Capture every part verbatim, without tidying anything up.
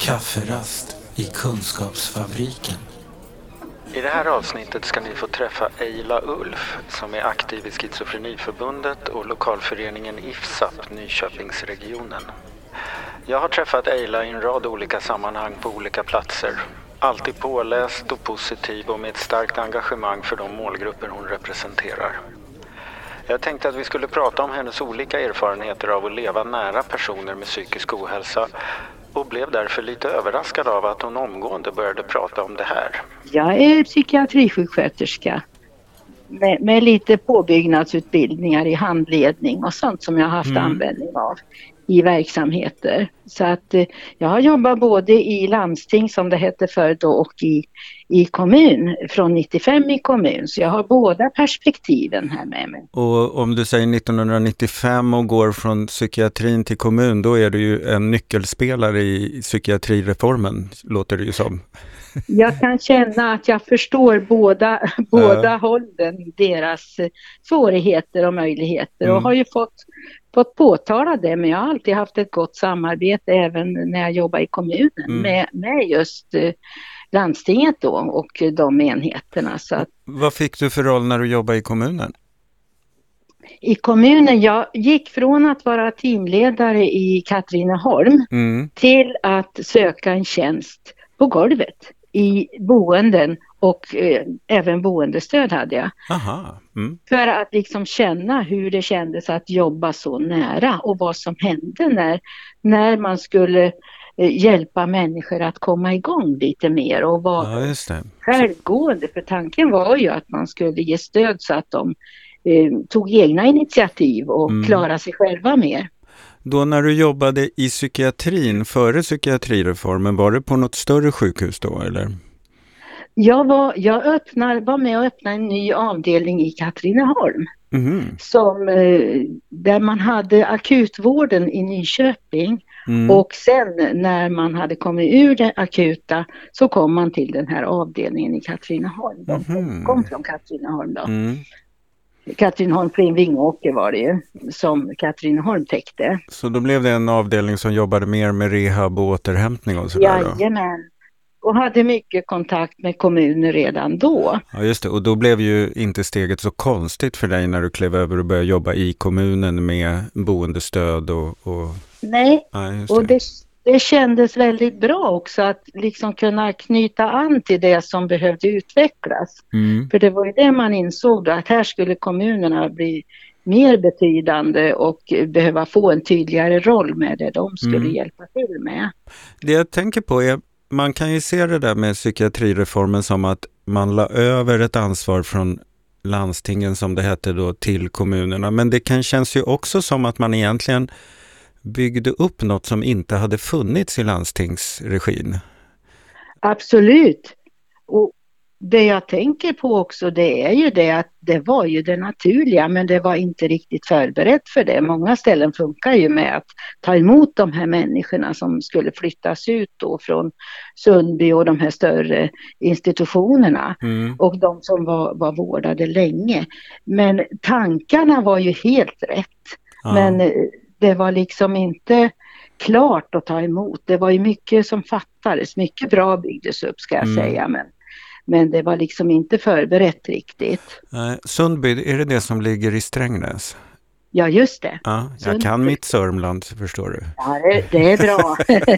Kafferast i Kunskapsfabriken. I det här avsnittet ska ni få träffa Eila Ulf som är aktiv i Schizofreniförbundet och lokalföreningen I F S A P Nyköpingsregionen. Jag har träffat Eila i en rad olika sammanhang på olika platser. Alltid påläst och positiv och med ett starkt engagemang för de målgrupper hon representerar. Jag tänkte att vi skulle prata om hennes olika erfarenheter av att leva nära personer med psykisk ohälsa och blev därför lite överraskad av att hon omgående började prata om det här. Jag är psykiatrisjuksköterska med, med lite påbyggnadsutbildningar i handledning och sånt som jag har haft mm. användning av i verksamheter. Så att eh, jag har jobbat både i landsting som det hette förr då och i, i kommun, från nittiofem i kommun. Så jag har båda perspektiven här med mig. Och om du säger nittonhundranittiofem och går från psykiatrin till kommun, då är du ju en nyckelspelare i psykiatrireformen, låter det ju som. Jag kan känna att jag förstår båda, båda uh. hållen, deras svårigheter och möjligheter mm. och har ju fått fått påtala det, men jag har alltid haft ett gott samarbete även när jag jobbar i kommunen mm. med, med just eh, landstinget då och de enheterna. Så att, vad fick du för roll när du jobbade i kommunen? I kommunen, jag gick från att vara teamledare i Katrineholm mm. till att söka en tjänst på golvet i boenden och eh, även boendestöd hade jag. Aha. Mm. För att liksom känna hur det kändes att jobba så nära och vad som hände när, när man skulle eh, hjälpa människor att komma igång lite mer och vara ja, just det. självgående. För tanken var ju att man skulle ge stöd så att de eh, tog egna initiativ och mm. klara sig själva mer. Då när du jobbade i psykiatrin före psykiatrireformen, var det på något större sjukhus då eller? Jag var, jag öppnar, var med och öppnade en ny avdelning i Katrineholm mm. som, eh, där man hade akutvården i Nyköping mm. och sen när man hade kommit ur det akuta så kom man till den här avdelningen i Katrineholm. De mm. kom från Katrineholm då. Mm. Katrineholm Flin Vingåker var det ju som Katrineholm täckte. Så då blev det en avdelning som jobbade mer med rehab och återhämtning och sådär då? Jajamän. Och hade mycket kontakt med kommuner redan då. Ja just det, och då blev ju inte steget så konstigt för dig när du klev över och började jobba i kommunen med boendestöd och... och... Nej, ja, det. och det, det kändes väldigt bra också att liksom kunna knyta an till det som behövde utvecklas. Mm. För det var ju det man insåg då, att här skulle kommunerna bli mer betydande och behöva få en tydligare roll med det de skulle mm. hjälpa till med. Det jag tänker på är, man kan ju se det där med psykiatrireformen som att man la över ett ansvar från landstingen som det hette då till kommunerna. Men det kan känns ju också som att man egentligen byggde upp något som inte hade funnits i landstingsregin. Absolut. Och det jag tänker på också det är ju det att det var ju det naturliga men det var inte riktigt förberett för det. Många ställen funkar ju med att ta emot de här människorna som skulle flyttas ut då från Sundby och de här större institutionerna mm. och de som var, var vårdade länge. Men tankarna var ju helt rätt. Ja. Men det var liksom inte klart att ta emot. Det var ju mycket som fattades. Mycket bra byggdes upp ska jag mm. säga men Men det var liksom inte förberett riktigt. Eh, Sundby, är det det som ligger i Strängnäs? Ja, just det. Ja, jag Sundby. Kan mitt Sörmland, förstår du. Ja, det, det är bra.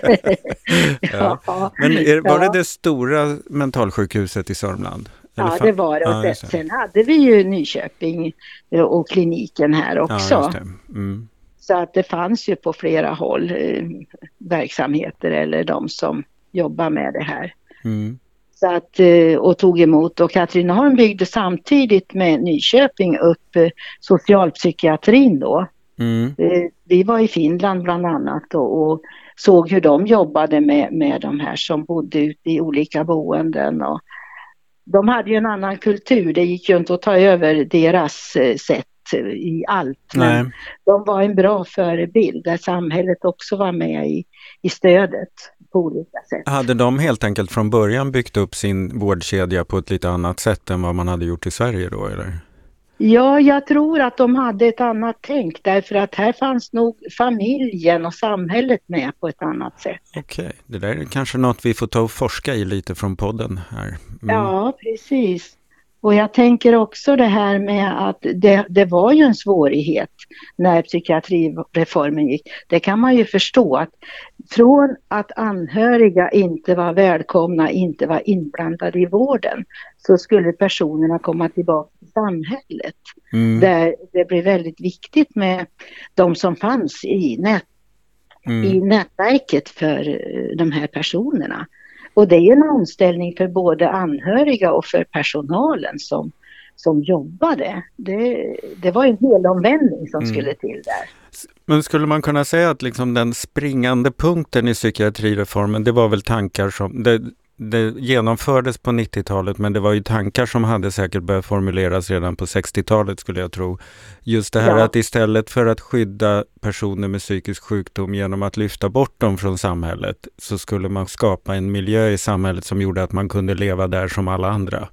ja. Ja. Men är, var det det stora mentalsjukhuset i Sörmland? Eller ja, det var det. Och ja, sen, sen hade vi ju Nyköping och kliniken här också. Ja, just det. Mm. Så att det fanns ju på flera håll eh, verksamheter eller de som jobbar med det här. Mm. Så att, och tog emot och Katrineholm byggde samtidigt med Nyköping upp socialpsykiatrin då. Mm. Vi var i Finland bland annat och, och såg hur de jobbade med, med de här som bodde ute i olika boenden. Och de hade ju en annan kultur, det gick ju inte att ta över deras sätt i allt. Men nej. De var en bra förebild där samhället också var med i, i stödet på olika sätt. Hade de helt enkelt från början byggt upp sin vårdkedja på ett lite annat sätt än vad man hade gjort i Sverige då, eller? Ja, jag tror att de hade ett annat tänk därför att här fanns nog familjen och samhället med på ett annat sätt. Okej, okay. Det där är kanske något vi får ta och forska i lite från podden här. Mm. Ja, precis. Och jag tänker också det här med att det, det var ju en svårighet när psykiatrireformen gick. Det kan man ju förstå att från att anhöriga inte var välkomna, inte var inblandade i vården, så skulle personerna komma tillbaka till samhället. Mm. Där det blev väldigt viktigt med de som fanns i, nät, mm. i nätverket för de här personerna. Och det är en omställning för både anhöriga och för personalen som, som jobbade. Det, det var en hel omvändning som mm. skulle till där. Men skulle man kunna säga att liksom den springande punkten i psykiatrireformen, det var väl tankar som... Det, det genomfördes på nittiotalet, men det var ju tankar som hade säkert börjat formuleras redan på sextiotalet skulle jag tro. Just det här ja. Att istället för att skydda personer med psykisk sjukdom genom att lyfta bort dem från samhället, så skulle man skapa en miljö i samhället som gjorde att man kunde leva där som alla andra.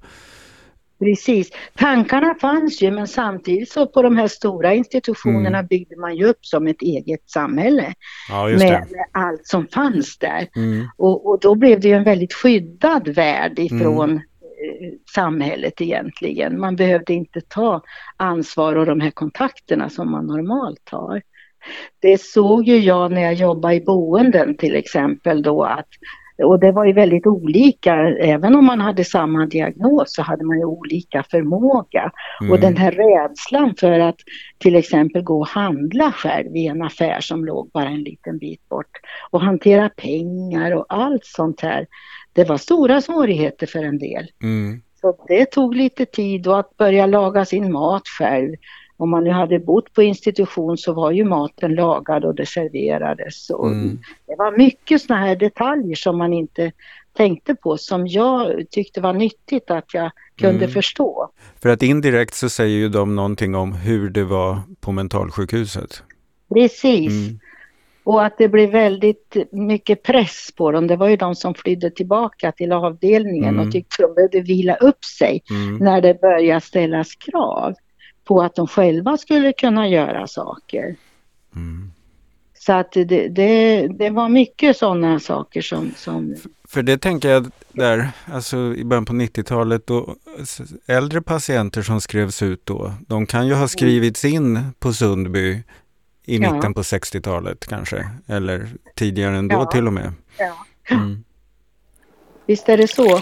Precis. Tankarna fanns ju, men samtidigt så på de här stora institutionerna mm. byggde man ju upp som ett eget samhälle ja, med, med allt som fanns där. Mm. Och, och då blev det ju en väldigt skyddad värld ifrån mm. samhället egentligen. Man behövde inte ta ansvar och de här kontakterna som man normalt har. Det såg ju jag när jag jobbade i boenden till exempel då att och det var ju väldigt olika, även om man hade samma diagnos så hade man ju olika förmåga. Mm. Och den här rädslan för att till exempel gå och handla själv i en affär som låg bara en liten bit bort och hantera pengar och allt sånt här. Det var stora svårigheter för en del. Mm. Så det tog lite tid och att börja laga sin mat själv. Om man nu hade bott på institution så var ju maten lagad och det serverades. Och mm. det var mycket såna här detaljer som man inte tänkte på som jag tyckte var nyttigt att jag kunde mm. förstå. För att indirekt så säger ju de någonting om hur det var på mentalsjukhuset. Precis. Mm. Och att det blev väldigt mycket press på dem. Det var ju de som flydde tillbaka till avdelningen mm. och tyckte de behövde vila upp sig mm. när det började ställas krav på att de själva skulle kunna göra saker. Mm. Så att det, det, det var mycket sådana saker som, som... För det tänker jag där, alltså i början på nittiotalet då, äldre patienter som skrevs ut då, de kan ju ha skrivits in på Sundby i mitten ja. på sextiotalet kanske, eller tidigare ändå ja. till och med. Ja. Mm. Visst är det så.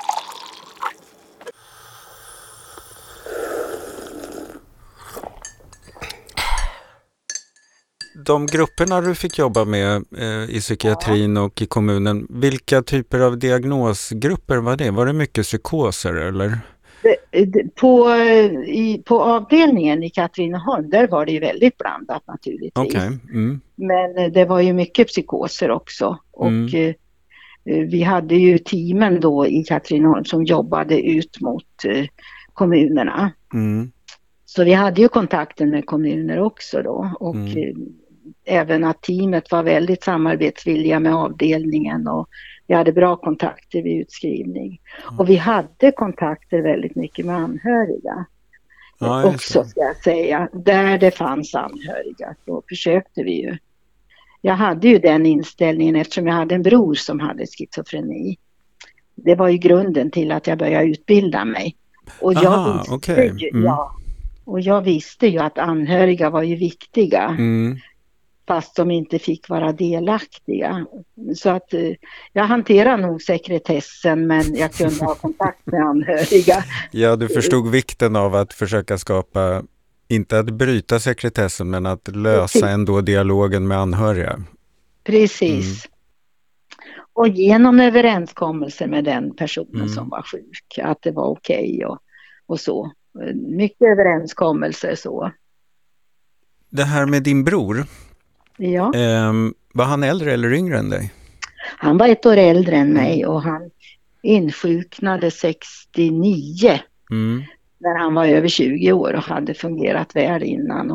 De grupperna du fick jobba med eh, i psykiatrin ja. och i kommunen, vilka typer av diagnosgrupper var det? Var det mycket psykoser eller? Det, det, på, i, på avdelningen i Katrineholm, där var det ju väldigt blandat naturligtvis. Okay. Mm. Men det var ju mycket psykoser också. Och mm. eh, vi hade ju teamen då i Katrineholm som jobbade ut mot eh, kommunerna. Mm. Så vi hade ju kontakten med kommuner också då. Och mm. eh, även att teamet var väldigt samarbetsvilliga med avdelningen och vi hade bra kontakter vid utskrivning. Mm. Och vi hade kontakter väldigt mycket med anhöriga. Ja, också ska jag säga. Där det fanns anhöriga så försökte vi ju. Jag hade ju den inställningen eftersom jag hade en bror som hade schizofreni. Det var ju grunden till att jag började utbilda mig. Och jag Aha, visste okay. ju, mm. ja, och jag visste ju att anhöriga var ju viktiga. Mm. Fast de inte fick vara delaktiga. Så att eh, jag hanterar nog sekretessen men jag kunde ha kontakt med anhöriga. Ja, du förstod vikten av att försöka skapa, inte att bryta sekretessen men att lösa Precis. ändå dialogen med anhöriga. Precis. Mm. Och genom överenskommelser med den personen mm. som var sjuk. Att det var okej okay och, och så. Mycket överenskommelser så. Det här med din bror. Ja. Eh, var han äldre eller yngre än dig? Han var ett år äldre än mig och han insjuknade sextionio mm. när han var över tjugo år och hade fungerat väl innan och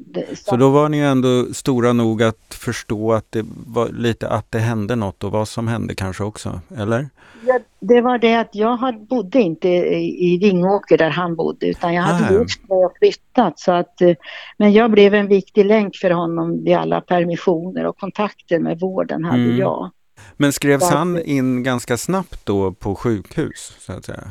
Det, så, så då var ni ändå stora nog att förstå att det var lite att det hände något och vad som hände kanske också, eller? ja, det var det att jag hade, bodde inte i, i Vingåker där han bodde, utan jag hade Nej. gift mig och flyttat. Så att, eh, men jag blev en viktig länk för honom vid alla permissioner och kontakter med vården hade Mm. jag. Men skrevs Så att- han in ganska snabbt då på sjukhus, så att säga?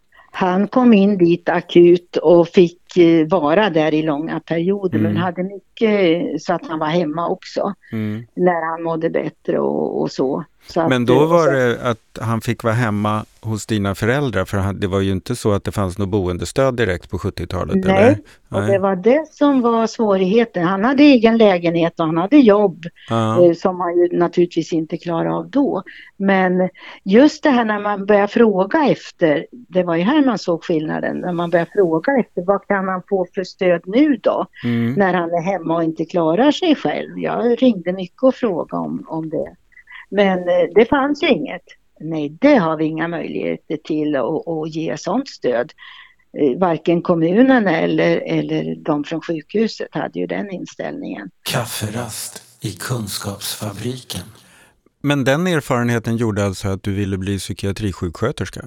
Han kom in dit akut och fick eh, vara där i långa perioder, Mm. men hade mycket så att han var hemma också Mm. när han mådde bättre och, och så. så att, Men då eh, var så- det att han fick vara hemma hos dina föräldrar, för han- det var ju inte så att det fanns något boendestöd direkt på sjuttiotalet, Nej, eller? och det var det som var svårigheten. Han hade egen lägenhet och han hade jobb Ja. eh, som han ju naturligtvis inte klarade av då. Men just det här när man börjar fråga efter, det var ju här man såg skillnaden, när man börjar fråga efter vad kan han få för stöd nu då? Mm. När han är hemma och inte klarar sig själv. Jag ringde mycket och frågade om, om det. Men eh, det fanns ju inget. Nej, det har vi inga möjligheter till att, att ge sånt stöd. Eh, Varken kommunen eller, eller de från sjukhuset hade ju den inställningen. Kafferast i Kunskapsfabriken. Men den erfarenheten gjorde alltså att du ville bli psykiatrisjuksköterska?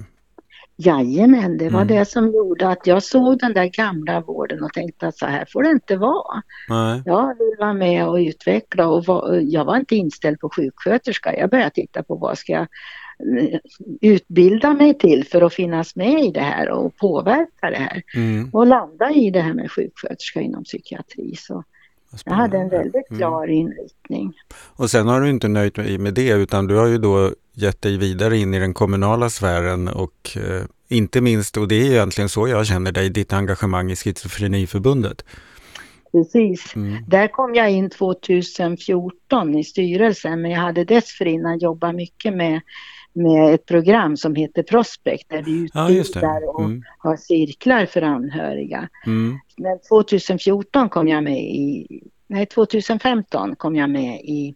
Jajamän, det var Mm. det som gjorde att jag såg den där gamla vården och tänkte att så här får det inte vara. Nej. Jag vill vara med och utveckla och var, jag var inte inställd på sjuksköterska. Jag började titta på vad ska jag eh, utbilda mig till för att finnas med i det här och påverka det här. Mm. Och landa i det här med sjuksköterska inom psykiatri. Så jag hade en väldigt Mm. klar inriktning. Och sen har du inte nöjt dig med det, utan du har ju då gett dig vidare in i den kommunala sfären och eh, inte minst, och det är egentligen så jag känner dig, ditt engagemang i Schizofreniförbundet. Precis. Mm. Där kom jag in tjugohundrafjorton i styrelsen, men jag hade dessförinnan jobbat mycket med, med ett program som heter Prospect där vi Ja, just det. utbildar och Mm. har cirklar för anhöriga. Mm. Men tjugohundrafjorton kom jag med i, nej tjugohundrafemton kom jag med i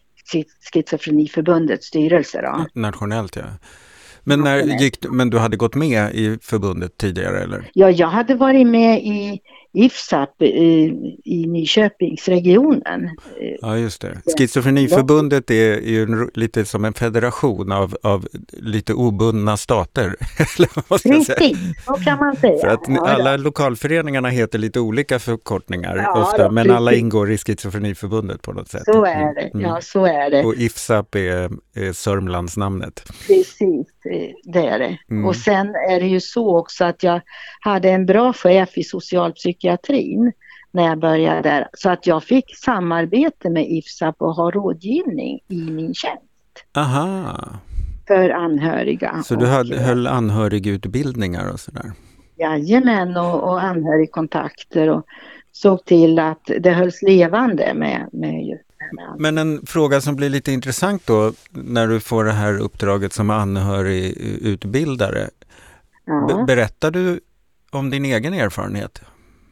Schizofreniförbundets styrelse då. Nationellt, ja. Men, när Nationellt. gick, du- men du hade gått med i förbundet tidigare, eller? Ja, jag hade varit med i I F S A P i, i Nyköpingsregionen. Ja, just det. Schizofreniförbundet är ju en, lite som en federation av, av lite obundna stater. Eller vad man ska säga. Precis, så kan man säga. För att Ja, alla då. lokalföreningarna heter lite olika förkortningar Ja, ofta, då, men alla precis. ingår i Schizofreniförbundet på något sätt. Så är det, Mm. ja så är det. Och I F S A P är, är Sörmlandsnamnet. Precis, eh, det är det. Mm. Och sen är det ju så också att jag hade en bra chef i socialpsykiatrin när jag började där. Så att jag fick samarbete med I F S A P och ha rådgivning i min tjänst Aha, för anhöriga. så du och, hade, eh, höll anhörigutbildningar och sådär? Jajamän, och, och anhörigkontakter och såg till att det hölls levande med, med just det här. Men en fråga som blir lite intressant då, när du får det här uppdraget som anhörigutbildare. Ja. Be- berättar du om din egen erfarenhet?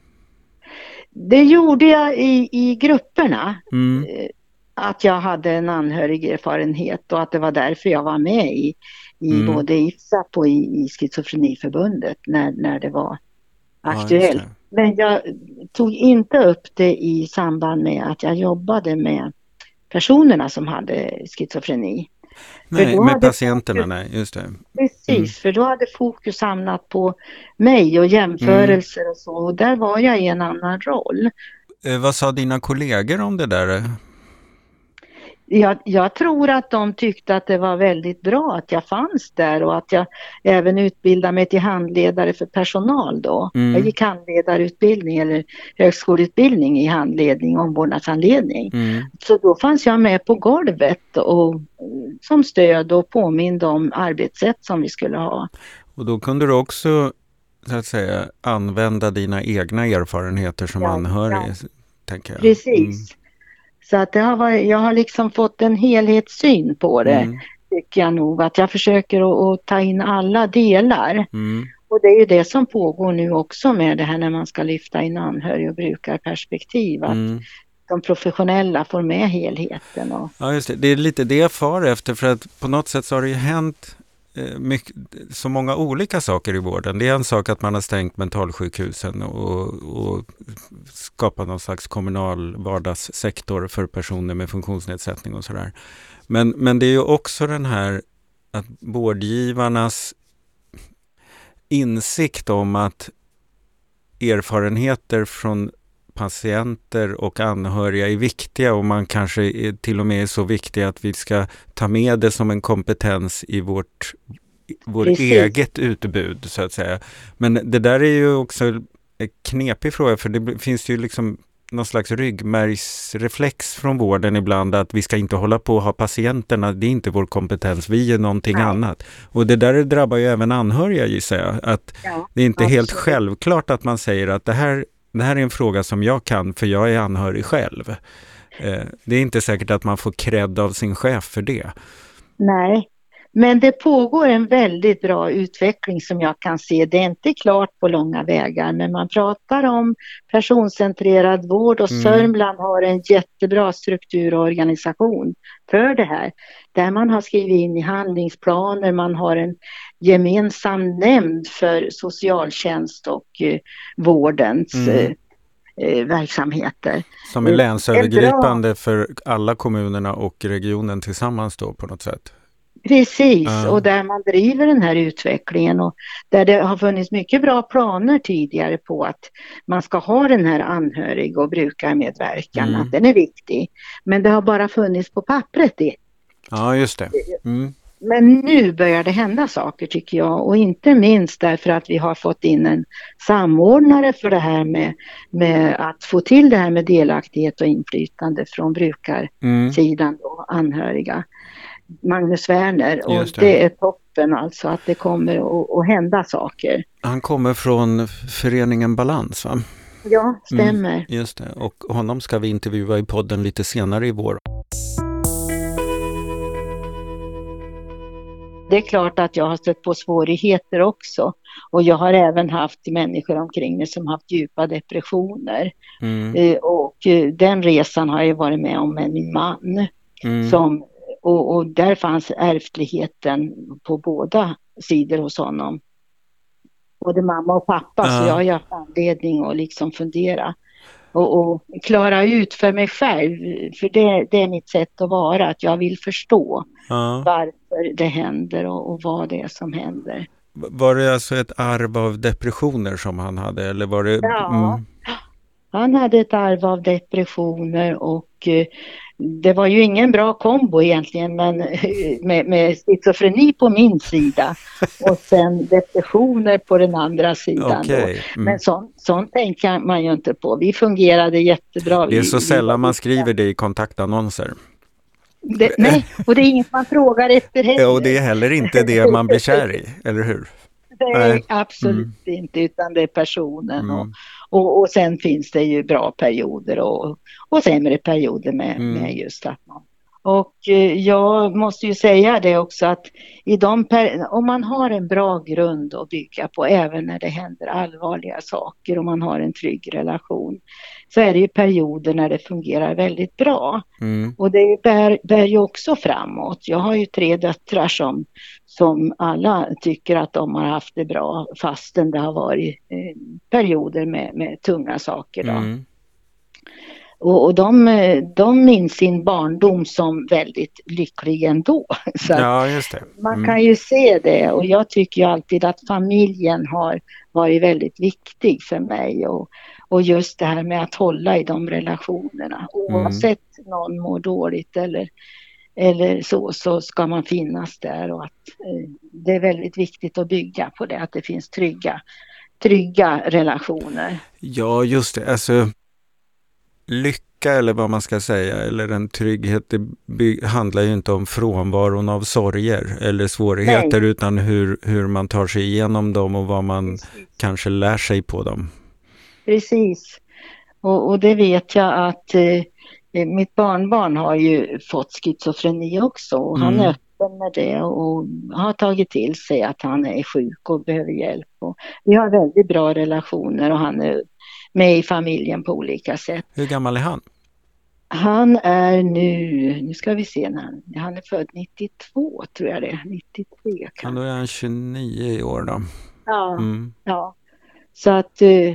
Det gjorde jag i, i grupperna. Mm. eh, Att jag hade en anhörigerfarenhet och att det var därför jag var med i, i Mm. både I F S A P och i, i Schizofreniförbundet när, när det var Ja, just aktuellt. det. Men jag tog inte upp det i samband med att jag jobbade med personerna som hade schizofreni. Nej, då med hade patienterna, fokus- nej, just det. Precis, Mm. för då hade fokus hamnat på mig och jämförelser och så. Och där var jag i en annan roll. Eh, vad sa dina kollegor om det där? Jag, jag tror att de tyckte att det var väldigt bra att jag fanns där och att jag även utbildade mig till handledare för personal då. Mm. Jag gick handledarutbildning eller högskoleutbildning i handledning och omvårdnadshandledning. Mm. Så då fanns jag med på golvet och som stöd och påminde om arbetssätt som vi skulle ha. Och då kunde du också, så att säga, använda dina egna erfarenheter som Ja, anhörig, ja. tänker jag. Precis. Så att det har varit, jag har liksom fått en helhetssyn på det, Mm. tycker jag nog. Att jag försöker att, att ta in alla delar. Mm. Och det är ju det som pågår nu också med det här när man ska lyfta in anhörig- och brukarperspektiv. Att Mm. de professionella får med helheten. Och, Ja, just det. Det är lite det jag far efter, för att på något sätt så har det ju hänt mycket, så många olika saker i vården. Det är en sak att man har stängt mentalsjukhusen och, och skapat någon slags kommunal vardagssektor för personer med funktionsnedsättning och sådär. Men, men det är ju också den här att vårdgivarnas insikt om att erfarenheter från patienter och anhöriga är viktiga, och man kanske är, till och med är så viktiga att vi ska ta med det som en kompetens i vårt vårt eget utbud, så att säga. Men det där är ju också en knepig fråga, för det finns ju liksom någon slags ryggmärgsreflex från vården ibland att vi ska inte hålla på att ha patienterna, det är inte vår kompetens, vi är någonting Nej. annat. Och det där drabbar ju även anhöriga, gissar jag. Att ja, det är inte absolut. helt självklart att man säger att det här, det här är en fråga som jag kan för jag är anhörig själv. Eh, det är inte säkert att man får cred av sin chef för det. Nej. Men det pågår en väldigt bra utveckling som jag kan se. Det är inte klart på långa vägar, men man pratar om personcentrerad vård och mm. Sörmland har en jättebra struktur och organisation för det här. Där man har skrivit in i handlingsplaner, man har en gemensam nämnd för socialtjänst och eh, vårdens mm. eh, verksamheter. Som är länsövergripande för alla kommunerna och regionen tillsammans då på något sätt. Precis, uh. och där man driver den här utvecklingen och där det har funnits mycket bra planer tidigare på att man ska ha den här anhörig- och brukarmedverkan, mm. att den är viktig. Men det har bara funnits på pappret det. Ja, just det. Mm. Men nu börjar det hända saker tycker jag, och inte minst därför att vi har fått in en samordnare för det här med, med att få till det här med delaktighet och inflytande från brukarsidan mm. och anhöriga. Magnus Werner, och det. det är toppen alltså att det kommer att, att hända saker. Han kommer från föreningen Balans, va? Ja, stämmer. Mm, just det, och honom ska vi intervjua i podden lite senare i vår. Det är klart att jag har stött på svårigheter också, och jag har även haft människor omkring mig som haft djupa depressioner. Mm. Och den resan har jag varit med om med min man mm. som Och, och där fanns ärftligheten på båda sidor hos honom. Både mamma och pappa. Ja. Så jag har haft anledning att liksom fundera. Och, och klara ut för mig själv. För det, det är mitt sätt att vara. Att jag vill förstå ja. varför det händer och, och vad det är som händer. Var det alltså ett arv av depressioner som han hade? Eller var det... Ja. Mm. Han hade ett arv av depressioner och eh, det var ju ingen bra kombo egentligen, men med, med schizofreni på min sida och sen depressioner på den andra sidan. Okay. Mm. Men sånt, sånt tänker man ju inte på. Vi fungerade jättebra. Det är så vi, sällan vi man skriver det i kontaktannonser. Det, nej, och det är inget man frågar efter heller. Ja, och det är heller inte det man blir kär i, eller hur? Det är nej. absolut mm. inte, utan det är personen mm. och Och, och sen finns det ju bra perioder och, och sämre perioder med, mm. med just att man. Och eh, jag måste ju säga det också att i de per, om man har en bra grund att bygga på även när det händer allvarliga saker och man har en trygg relation, så är det ju perioder när det fungerar väldigt bra. Mm. Och det bär, bär ju också framåt. Jag har ju tre döttrar som, som alla tycker att de har haft det bra fastän det har varit eh, perioder med, med tunga saker då. Mm. Och, och de, de minns sin barndom som väldigt lycklig ändå. Så ja, just det. Mm. Man kan ju se det, och jag tycker ju alltid att familjen har varit väldigt viktig för mig. Och, och just det här med att hålla i de relationerna. Oavsett mm. någon mår dåligt eller, eller så, så ska man finnas där. Och att eh, det är väldigt viktigt att bygga på det, att det finns trygga, trygga relationer. Ja, just det. Alltså... Lycka eller vad man ska säga, eller en trygghet, det by- handlar ju inte om frånvaron av sorger eller svårigheter. Nej. Utan hur, hur man tar sig igenom dem och vad man Precis. kanske lär sig på dem. Precis, och, och det vet jag att eh, mitt barnbarn har ju fått schizofreni också, och mm. han är öppen med det och har tagit till sig att han är sjuk och behöver hjälp. Och vi har väldigt bra relationer och han är med i familjen på olika sätt. Hur gammal är han? Han är nu, nu ska vi se när han, han är född nittiotvå tror jag det är, nittiotre kan. Ja, då är han tjugonio i år då. Ja, mm. ja. Så att... Uh,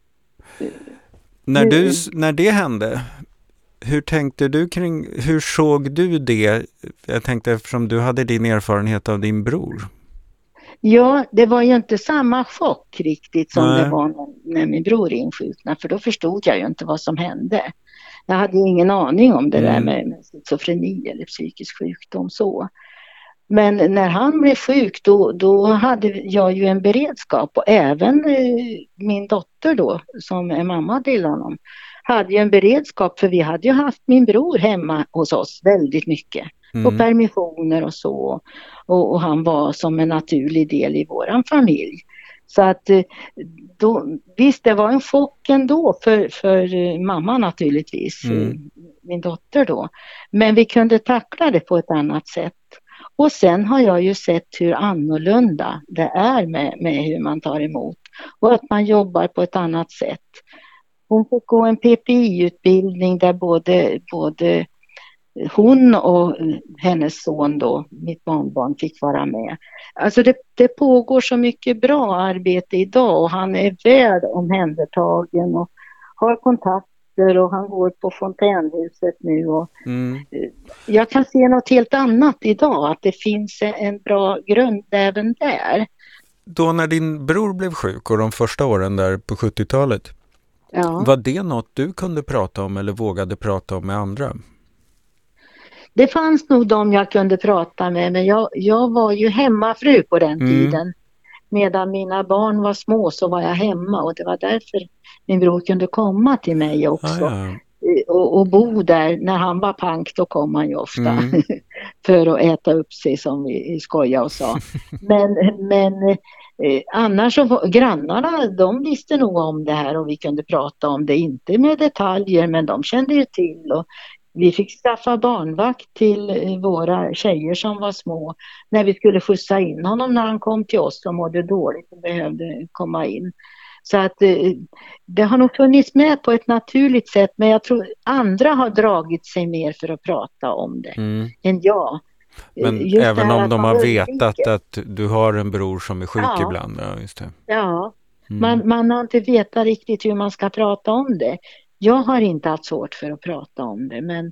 när, du, när det hände, hur tänkte du kring, hur såg du det? Jag tänkte eftersom du hade din erfarenhet av din bror. Ja, det var ju inte samma chock riktigt som Nej. det var när, när min bror insjuknade, för då förstod jag ju inte vad som hände. Jag hade ingen aning om det mm. där med, med schizofreni eller psykisk sjukdom så. Men när han blev sjuk då, då hade jag ju en beredskap, och även eh, min dotter då som är mamma till honom hade ju en beredskap, för vi hade ju haft min bror hemma hos oss väldigt mycket. Mm. På permissioner och så. Och, och han var som en naturlig del i våran familj. Så att då, visst det var en chock ändå för, för mamma naturligtvis. Mm. Min dotter då. Men vi kunde tackla det på ett annat sätt. Och sen har jag ju sett hur annorlunda det är med, med hur man tar emot. Och att man jobbar på ett annat sätt. Hon fick gå en P P I-utbildning där både, både hon och hennes son då, mitt barnbarn, fick vara med. Alltså det, det pågår så mycket bra arbete idag, och han är väl omhändertagen och har kontakter, och han går på Fontänhuset nu. Och mm. Jag kan se något helt annat idag, att det finns en bra grund även där. Då när din bror blev sjuk och de första åren där på sjuttiotalet, ja. var det något du kunde prata om eller vågade prata om med andra? Det fanns nog de jag kunde prata med, men jag, jag var ju hemmafru på den mm. tiden. Medan mina barn var små så var jag hemma, och det var därför min bror kunde komma till mig också. Ah, ja. och, och bo där. När han var pank då kom han ju ofta mm. för att äta upp sig, som vi skojade och sa. men men eh, annars så var, grannarna, de visste nog om det här, och vi kunde prata om det, inte med detaljer, men de kände ju till. Och vi fick skaffa barnvakt till våra tjejer som var små när vi skulle skjutsa in honom när han kom till oss och mådde dåligt och behövde komma in. Så att det har nog funnits med på ett naturligt sätt, men jag tror andra har dragit sig mer för att prata om det mm. än jag. Men just även om de har vetat att du har en bror som är sjuk ja. ibland. Ja, just det. Ja. Mm. Man, man har inte vetat riktigt hur man ska prata om det. Jag har inte haft svårt för att prata om det, men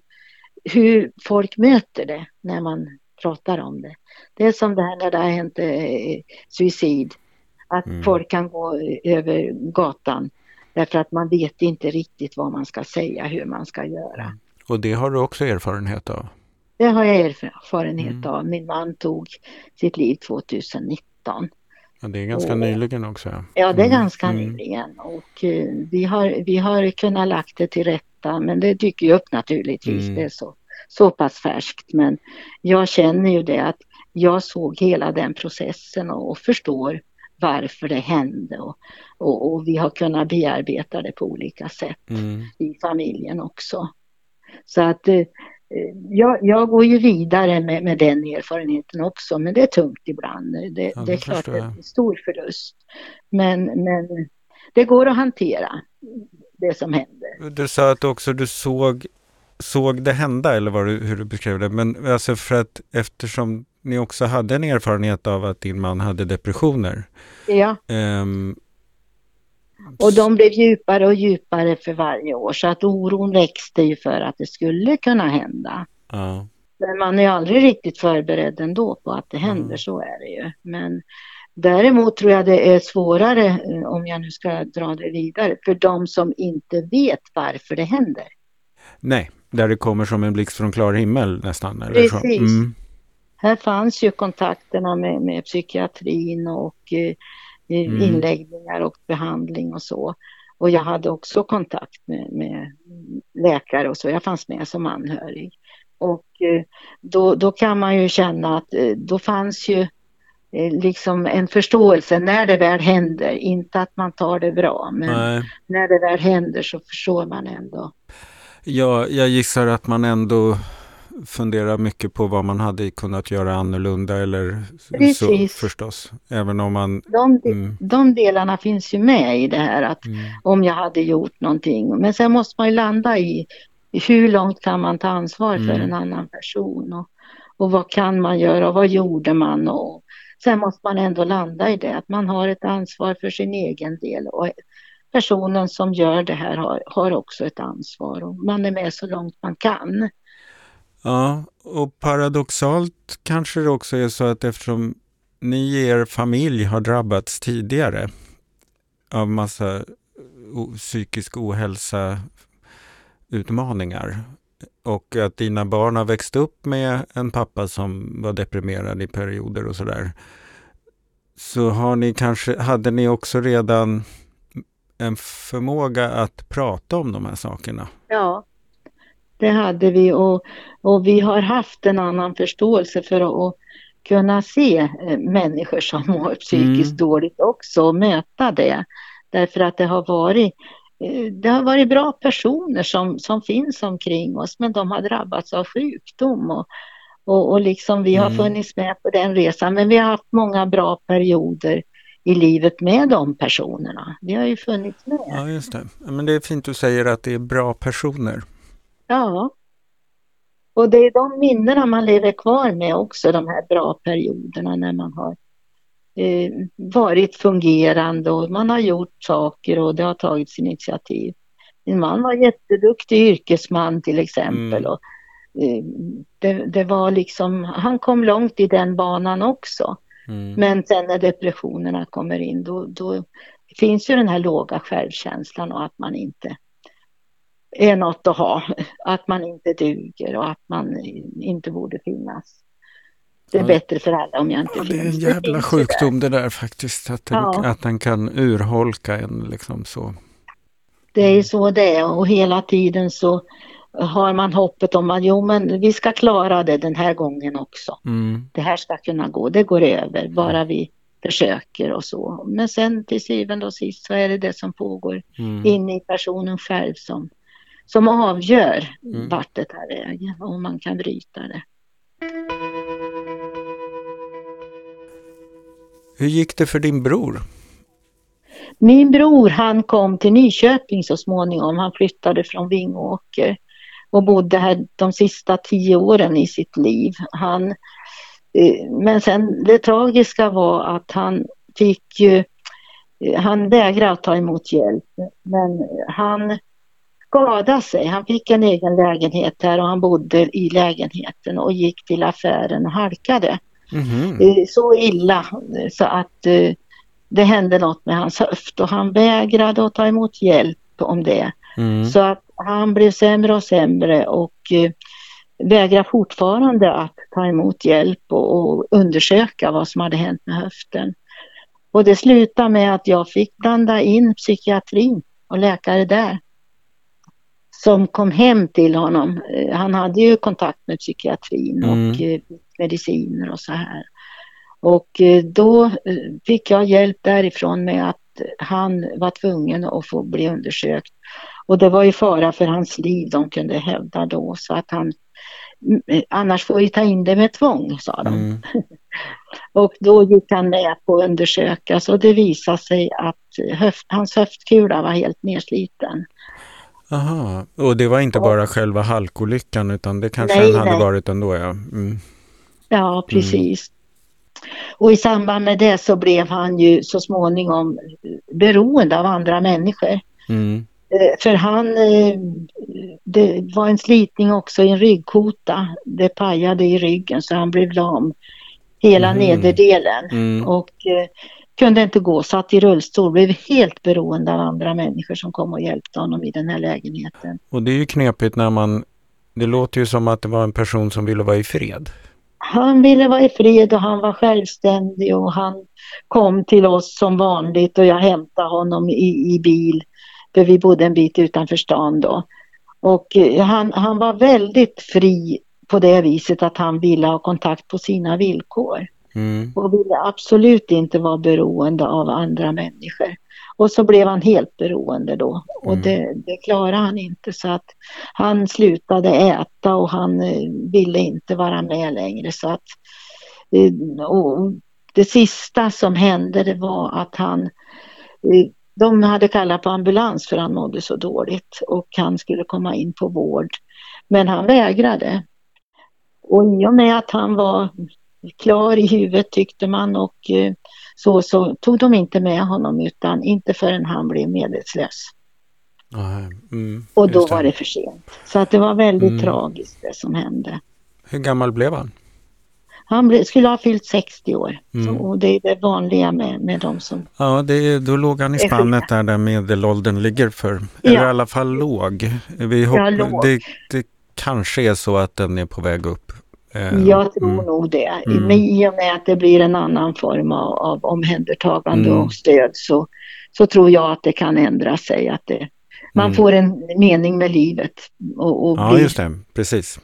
hur folk möter det när man pratar om det. Det är som det här när det har hänt eh, suicid. Att mm. folk kan gå över gatan därför att man vet inte riktigt vad man ska säga, hur man ska göra. Mm. Och det har du också erfarenhet av? Det har jag erfarenhet mm. av. Min man tog sitt liv tjugonitton. Ja, det är ganska och, nyligen också. Ja, ja det är mm. ganska mm. nyligen. Och uh, vi, har, vi har kunnat lagt det till rätta, men det dyker ju upp naturligtvis. Mm. Det är så, så pass färskt. Men jag känner ju det att jag såg hela den processen och, och förstår varför det hände. Och, och, och vi har kunnat bearbeta det på olika sätt mm. i familjen också. Så att uh, Jag, jag går ju vidare med, med den erfarenheten också, men det är tungt ibland. Det, ja, det är klart att det är en stor förlust. Men, men det går att hantera det som händer. Du sa att också du såg, såg det hända, eller var det, hur du beskrev det. Men alltså för att eftersom ni också hade en erfarenhet av att din man hade depressioner. Ja. Um, Och de blev djupare och djupare för varje år, så att oron växte ju för att det skulle kunna hända. Ja. Men man är ju aldrig riktigt förberedd ändå på att det händer, mm. så är det ju. Men däremot tror jag det är svårare, om jag nu ska dra det vidare, för de som inte vet varför det händer. Nej, där det kommer som en blixt från klar himmel nästan. Eller Precis. Så. Mm. Här fanns ju kontakterna med, med psykiatrin och Mm. inläggningar och behandling och så. Och jag hade också kontakt med, med läkare och så. Jag fanns med som anhörig. Och då, då kan man ju känna att då fanns ju liksom en förståelse när det väl händer. Inte att man tar det bra, men Nej. när det väl händer så förstår man ändå. Ja, jag gissar att man ändå fundera mycket på vad man hade kunnat göra annorlunda eller Precis. så förstås. Även om man... De, mm. de delarna finns ju med i det här, att mm. om jag hade gjort någonting. Men sen måste man ju landa i hur långt kan man ta ansvar för Mm. en annan person och, och vad kan man göra och vad gjorde man, och sen måste man ändå landa i det att man har ett ansvar för sin egen del och personen som gör det här har, har också ett ansvar och man är med så långt man kan. Ja, och paradoxalt kanske det också är så att eftersom ni i er familj har drabbats tidigare av massa o- psykisk ohälsa utmaningar och att dina barn har växt upp med en pappa som var deprimerad i perioder och sådär, så har ni kanske, hade ni också redan en förmåga att prata om de här sakerna? Ja, det hade vi och, och vi har haft en annan förståelse för att, att kunna se eh, människor som mår psykiskt Mm. dåligt också och möta det. Därför att det har varit, eh, det har varit bra personer som, som finns omkring oss, men de har drabbats av sjukdom och, och, och liksom vi har Mm. funnits med på den resan. Men vi har haft många bra perioder i livet med de personerna. Vi har ju funnits med. Ja, just det. Men det är fint du säger att det är bra personer. Ja. Och det är de minnena man lever kvar med också, de här bra perioderna när man har eh, varit fungerande och man har gjort saker och det har tagits initiativ. Min man var jätteduktig yrkesman till exempel. Mm. Och, eh, det, det var liksom, han kom långt i den banan också. Mm. Men sen när depressionerna kommer in då, då finns ju den här låga självkänslan och att man inte är något att ha, att man inte duger och att man inte borde finnas. Det är Ja. bättre för alla om jag inte Ja, finns. det är en jävla finns sjukdom det där faktiskt, att den, Ja. att den kan urholka en liksom så. Det är ju så det är och hela tiden så har man hoppet om att jo men vi ska klara det den här gången också. Mm. Det här ska kunna gå, det går över, bara vi försöker och så. Men sen till syvende och sist så är det det som pågår Mm. inne i personen själv som, som avgör Mm. vart det tar vägen och om man kan bryta det. Hur gick det för din bror? Min bror han kom till Nyköping så småningom. Han flyttade från Vingåker och bodde här de sista tio åren i sitt liv. Han, eh, men sen det tragiska var att han fick ju, eh, han vägrade att ta emot hjälp. Men han skadade sig. Han fick en egen lägenhet här och han bodde i lägenheten och gick till affären och halkade. Mhm. Eh, Så illa eh, så att eh, det hände något med hans höft och han vägrade att ta emot hjälp om det. Mm. Så att han blev sämre och sämre och eh, vägrar fortfarande att ta emot hjälp och, och undersöka vad som hade hänt med höften. Och det slutade med att jag fick blanda in psykiatrin och läkare där som kom hem till honom. Eh, Han hade ju kontakt med psykiatrin och Mm. eh, mediciner och så här. Och eh, då eh, fick jag hjälp därifrån med att han var tvungen att få bli undersökt. Och det var ju fara för hans liv, de kunde hävda då. Så att han, mm, annars får vi ta in det med tvång, sa de. Mm. Och då gick han med på att undersökas och det visade sig att höft, hans höftkula var helt nedsliten. Aha. Och det var inte bara själva halkolyckan utan det kanske Nej, han hade nej. varit ändå, ja. Mm. Ja, precis. Och i samband med det så blev han ju så småningom beroende av andra människor. Mm. Eh, För han, eh, det var en slitning också i en ryggkota. Det pajade i ryggen så han blev lam hela Mhm. nederdelen. Mm. Och eh, kunde inte gå, satt i rullstol, blev helt beroende av andra människor som kom och hjälpte honom i den här lägenheten. Och det är ju knepigt när man, det låter ju som att det var en person som ville vara i fred. Han ville vara i fred och han var självständig och han kom till oss som vanligt och jag hämtade honom i, i bil för vi bodde en bit utanför stan då. Och eh, han, han var väldigt fri på det viset att han ville ha kontakt på sina villkor Mm. och ville absolut inte vara beroende av andra människor. Och så blev han helt beroende då och Mm. det, det klarade han inte så att han slutade äta och han eh, ville inte vara med längre så att eh, och det sista som hände det var att han eh, de hade kallat på ambulans för han mådde så dåligt och han skulle komma in på vård. Men han vägrade. Och i och med att han var klar i huvudet tyckte man och så, så tog de inte med honom utan inte förrän han blev medvetslös. Mm, och då var det för sent. Så att det var väldigt mm. tragiskt det som hände. Hur gammal blev han? Han ble, skulle ha fyllt sextio år. Mm. Så, och det är det vanliga med, med de som... Ja, det, då låg han i spannet där, där medelåldern ligger för. Eller ja. i alla fall låg. Vi hopp, ja, låg. Det, det kanske är så att den är på väg upp. Jag tror mm. nog det. Mm. I och med att det blir en annan form av, av omhändertagande mm. och stöd så, så tror jag att det kan ändra sig. Att det, man mm. får en mening med livet. Och, och ja, blir, just det. Precis.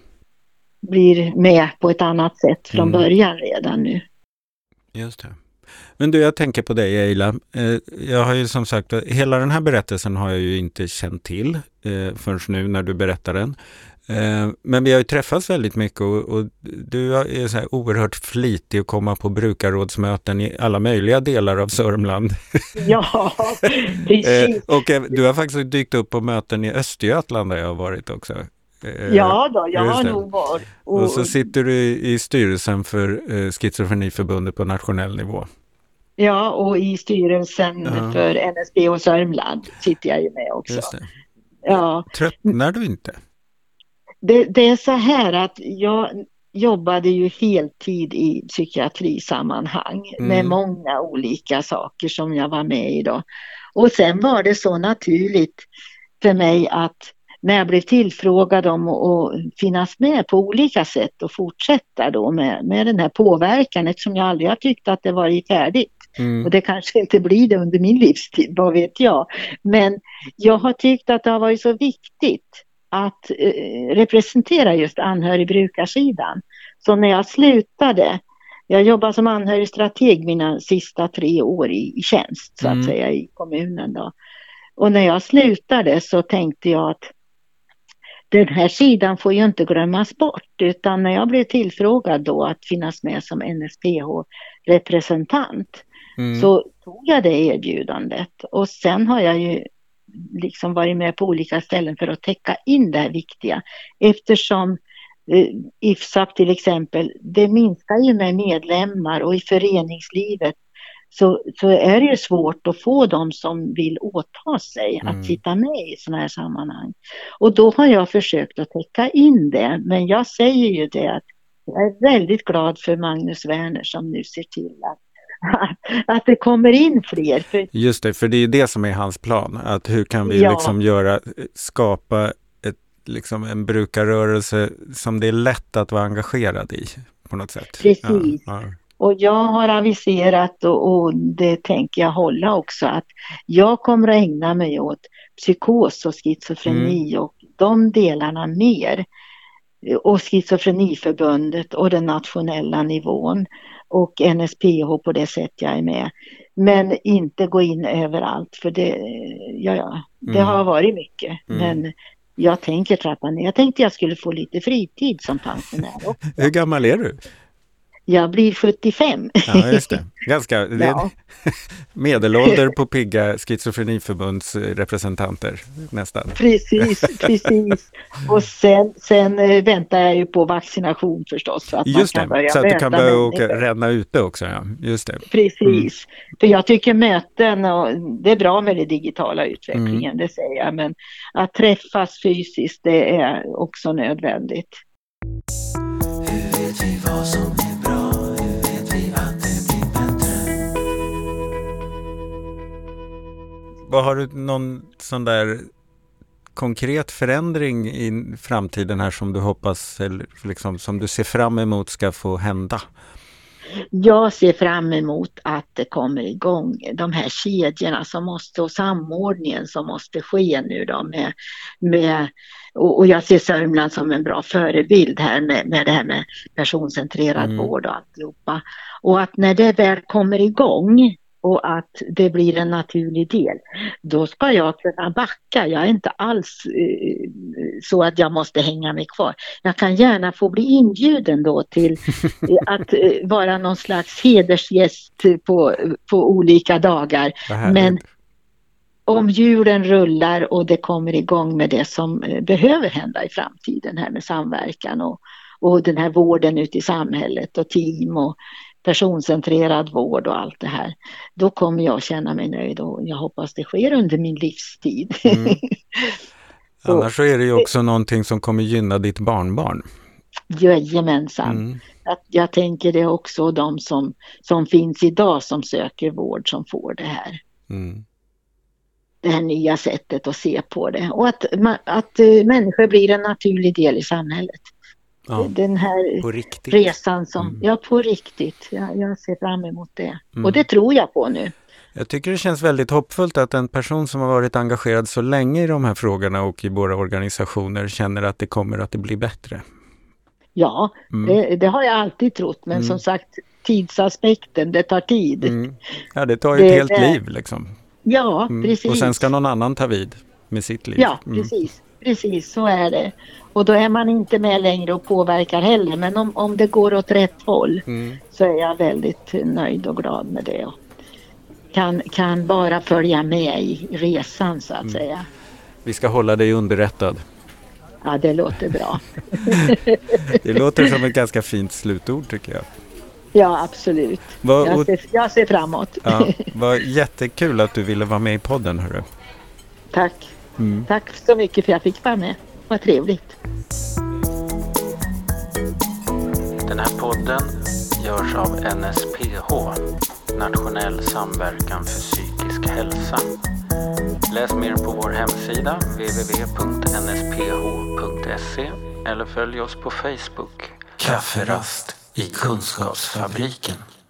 Blir med på ett annat sätt från mm. början redan nu. Just det. Men du, jag tänker på dig, Eila. Jag har ju som sagt, hela den här berättelsen har jag ju inte känt till förrän nu när du berättar den. Men vi har ju träffats väldigt mycket och, och du är så här oerhört flitig att komma på brukarrådsmöten i alla möjliga delar av Sörmland. Ja, precis. Och du har faktiskt dykt upp på möten i Östergötland där jag har varit också. Ja då, jag har nog varit. Och, och så sitter du i, i styrelsen för eh, Schizofreniförbundet på nationell nivå. Ja, och i styrelsen ja. för N S B och Sörmland sitter jag ju med också. Just det. Ja. Tröttnar du inte? Det, det är så här att jag jobbade ju heltid i psykiatrisammanhang mm. med många olika saker som jag var med i då. Och sen var det så naturligt för mig att när jag blev tillfrågad om att finnas med på olika sätt och fortsätta då med, med den här påverkan eftersom jag aldrig har tyckt att det varit färdigt. Mm. Och det kanske inte blir det under min livstid, vad vet jag. Men jag har tyckt att det har varit så viktigt att eh, representera just anhörigbrukarsidan. Så när jag slutade, jag jobbade som anhörigstrateg mina sista tre år i, i tjänst så att mm. säga i kommunen då. Och när jag slutade så tänkte jag att den här sidan får ju inte glömmas bort utan när jag blev tillfrågad då att finnas med som N S P H-representant mm. så tog jag det erbjudandet och sen har jag ju liksom varit med på olika ställen för att täcka in det här viktiga eftersom eh, I F S A P till exempel, det minskar ju med medlemmar och i föreningslivet Så, så är det ju svårt att få dem som vill åta sig att mm. sitta med i sådana här sammanhang. Och då har jag försökt att täcka in det. Men jag säger ju det att jag är väldigt glad för Magnus Werner som nu ser till att, att, att det kommer in fler. För... Just det, för det är det som är hans plan. Att hur kan vi ja. liksom göra, skapa ett, liksom en brukarrörelse som det är lätt att vara engagerad i på något sätt. Precis. Ja, ja. Och jag har aviserat och, och det tänker jag hålla också att jag kommer att ägna mig åt psykos och schizofreni mm. och de delarna mer. Och Schizofreniförbundet och den nationella nivån och N S P H på det sätt jag är med. Men inte gå in överallt för det, ja, ja, det mm. har varit mycket. Mm. Men jag tänker trappa ner. Jag tänkte jag skulle få lite fritid som pensionär också. Hur gammal är du? Jag blir sjuttiofem. Ja, just det. Ganska det ja. medelålder på pigga schizofreniförbunds representanter nästan. Precis, precis. Och sen, sen väntar jag ju på vaccination förstås. Så att just man kan det, börja så att du kan börja åka, människor. ränna ute också. Ja. Just det. Precis. Mm. För jag tycker möten, och det är bra med den digitala utvecklingen, mm. det säger jag. Men att träffas fysiskt, det är också nödvändigt. Hur vet vi vad som är Vad har du någon sån där konkret förändring i framtiden här som du hoppas eller liksom som du ser fram emot ska få hända? Jag ser fram emot att det kommer igång de här kedjorna som måste och samordningen som måste ske nu då med, med och, och jag ser Sörmland som en bra förebild här med, med det här med personcentrerad mm. vård och alltihopa. Och att när det väl kommer igång och att det blir en naturlig del, då ska jag kunna backa. Jag är inte alls eh, så att jag måste hänga mig kvar. Jag kan gärna få bli inbjuden då till eh, att eh, vara någon slags hedersgäst på, på olika dagar. Men, om hjulen rullar och det kommer igång med det som behöver hända i framtiden här med samverkan och, och den här vården ute i samhället och team och personcentrerad vård och allt det här, då kommer jag känna mig nöjd och jag hoppas det sker under min livstid. Mm. Annars så är det ju också någonting som kommer gynna ditt barnbarn. Jajamensan. Mm. Jag, jag tänker det också de som, som finns idag som söker vård som får det här. Mm. Det här nya sättet att se på det. Och att, att människor blir en naturlig del i samhället. Ja, den här resan som, mm. ja på riktigt, jag, jag ser fram emot det. Mm. Och det tror jag på nu. Jag tycker det känns väldigt hoppfullt att en person som har varit engagerad så länge i de här frågorna och i våra organisationer känner att det kommer att det bli bättre. Ja, mm. det, det har jag alltid trott, men mm. som sagt, tidsaspekten, det tar tid. Mm. Ja, det tar ju det, ett helt det... liv liksom. Ja, mm. precis. Och sen ska någon annan ta vid med sitt liv. Ja, mm. precis. Precis, så är det. Och då är man inte med längre och påverkar heller. Men om, om det går åt rätt håll mm. så är jag väldigt nöjd och glad med det. Och kan, kan bara följa med i resan så att mm. säga. Vi ska hålla dig underrättad. Ja, det låter bra. Det låter som ett ganska fint slutord tycker jag. Ja, absolut. Va, jag, ser, jag ser framåt. Ja, vad jättekul att du ville vara med i podden, hörru. Tack. Mm. Tack så mycket för att jag fick vara med. Vad trevligt. Den här podden görs av N S P H, Nationell samverkan för psykisk hälsa. Läs mer på vår hemsida w w w punkt n s p h punkt s e eller följ oss på Facebook. Kafferast i Kunskapsfabriken.